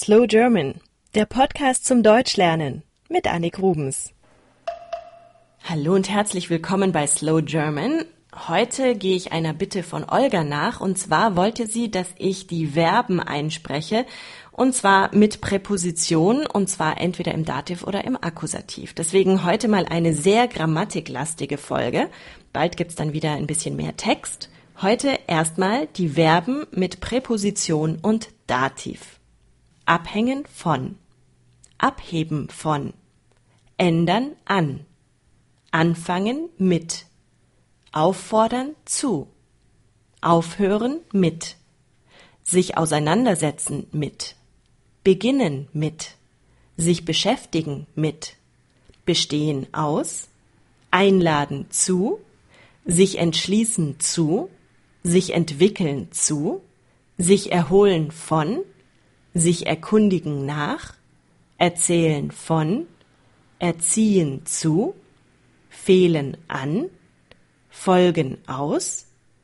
Slow German, der Podcast zum Deutschlernen mit Annik Rubens. Hallo und herzlich willkommen bei Slow German. Heute gehe ich einer Bitte von Olga nach, und zwar wollte sie, dass ich die Verben einspreche, und zwar mit Präposition, und zwar entweder im Dativ oder im Akkusativ. Deswegen heute mal eine sehr grammatiklastige Folge. Bald gibt's dann wieder ein bisschen mehr Text. Heute erstmal die Verben mit Präposition und Dativ. Abhängen von, abheben von, ändern an, anfangen mit, auffordern zu, aufhören mit, sich auseinandersetzen mit, beginnen mit, sich beschäftigen mit, bestehen aus, einladen zu, sich entschließen zu, sich entwickeln zu, sich erholen von, sich erkundigen nach, erzählen von, erziehen zu, fehlen an, folgen aus,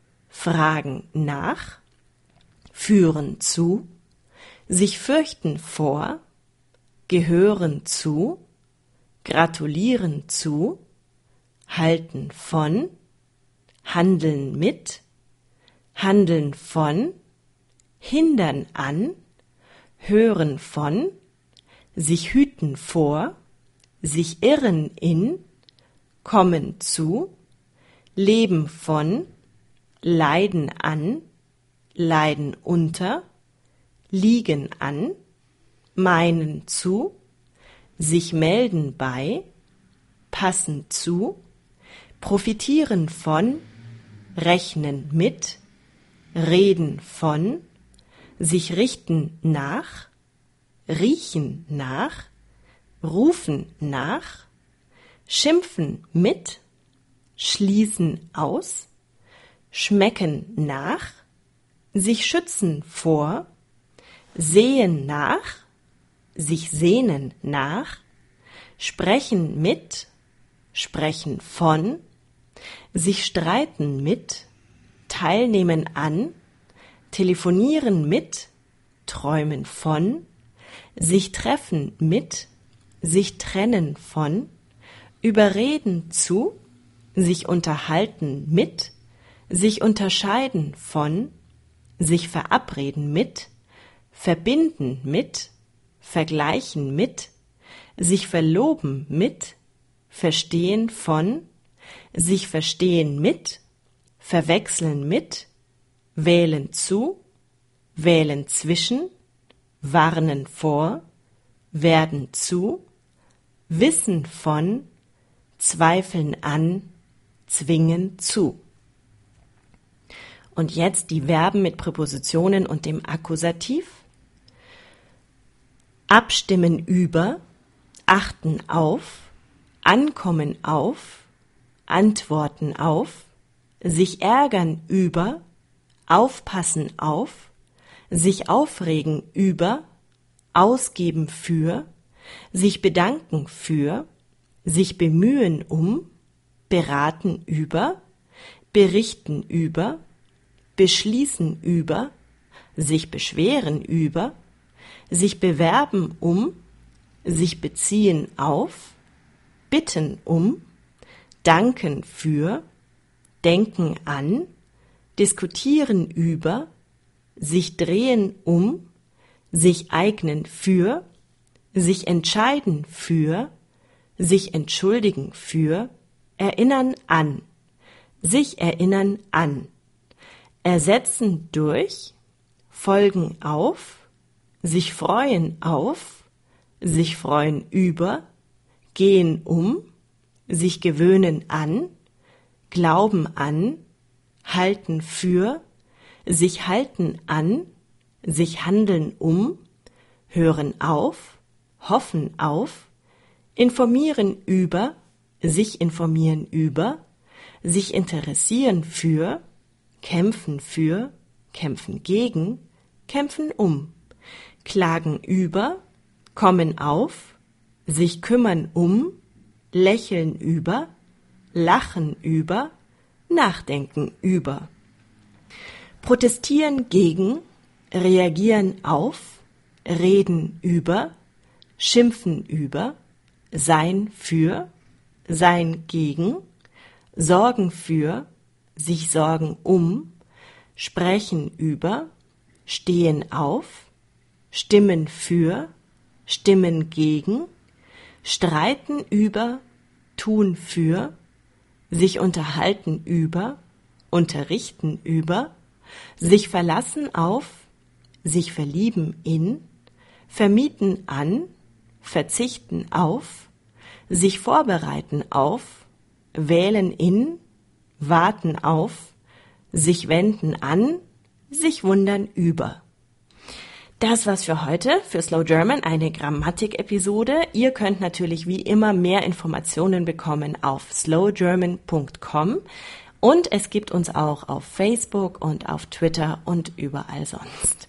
fragen nach, führen zu, sich fürchten vor, gehören zu, gratulieren zu, halten von, handeln mit, handeln von, hindern an, hören von, sich hüten vor, sich irren in, kommen zu, leben von, leiden an, leiden unter, liegen an, meinen zu, sich melden bei, passen zu, profitieren von, rechnen mit, reden von, sich richten nach, riechen nach, rufen nach, schimpfen mit, schließen aus, schmecken nach, sich schützen vor, sehen nach, sich sehnen nach, sprechen mit, sprechen von, sich streiten mit, teilnehmen an, telefonieren mit, träumen von, sich treffen mit, sich trennen von, überreden zu, sich unterhalten mit, sich unterscheiden von, sich verabreden mit, verbinden mit, vergleichen mit, sich verloben mit, verstehen von, sich verstehen mit, verwechseln mit, wählen zu, wählen zwischen, warnen vor, werden zu, wissen von, zweifeln an, zwingen zu. Und jetzt die Verben mit Präpositionen und dem Akkusativ. Abstimmen über, achten auf, ankommen auf, antworten auf, sich ärgern über, aufpassen auf, sich aufregen über, ausgeben für, sich bedanken für, sich bemühen um, beraten über, berichten über, beschließen über, sich beschweren über, sich bewerben um, sich beziehen auf, bitten um, danken für, denken an, diskutieren über, sich drehen um, sich eignen für, sich entscheiden für, sich entschuldigen für, erinnern an, sich erinnern an, ersetzen durch, folgen auf, sich freuen auf, sich freuen über, gehen um, sich gewöhnen an, glauben an, halten für, sich halten an, sich handeln um, hören auf, hoffen auf, informieren über, sich informieren über, sich interessieren für, kämpfen gegen, kämpfen um, klagen über, kommen auf, sich kümmern um, lächeln über, lachen über, nachdenken über, protestieren gegen, reagieren auf, reden über, schimpfen über, sein für, sein gegen, sorgen für, sich sorgen um, sprechen über, stehen auf, stimmen für, stimmen gegen, streiten über, tun für, sich unterhalten über, unterrichten über, sich verlassen auf, sich verlieben in, vermieten an, verzichten auf, sich vorbereiten auf, wählen in, warten auf, sich wenden an, sich wundern über. Das war's für heute, für Slow German, eine Grammatik-Episode. Ihr könnt natürlich wie immer mehr Informationen bekommen auf slowgerman.com und es gibt uns auch auf Facebook und auf Twitter und überall sonst.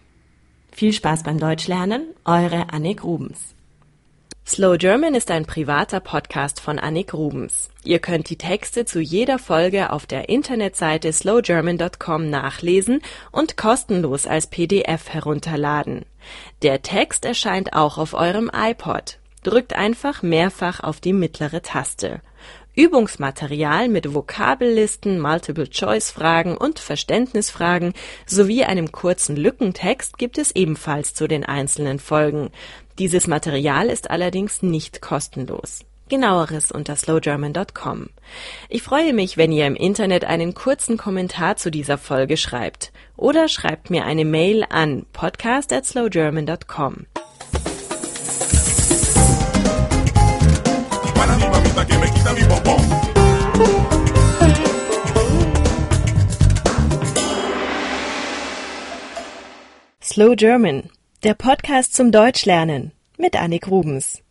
Viel Spaß beim Deutschlernen, eure Annik Rubens. Slow German ist ein privater Podcast von Annik Rubens. Ihr könnt die Texte zu jeder Folge auf der Internetseite slowgerman.com nachlesen und kostenlos als PDF herunterladen. Der Text erscheint auch auf eurem iPod. Drückt einfach mehrfach auf die mittlere Taste. Übungsmaterial mit Vokabellisten, Multiple-Choice-Fragen und Verständnisfragen sowie einem kurzen Lückentext gibt es ebenfalls zu den einzelnen Folgen. Dieses Material ist allerdings nicht kostenlos. Genaueres unter slowgerman.com. Ich freue mich, wenn ihr im Internet einen kurzen Kommentar zu dieser Folge schreibt. Oder schreibt mir eine Mail an podcast@slowgerman.com. Slow German, der Podcast zum Deutschlernen mit Annik Rubens.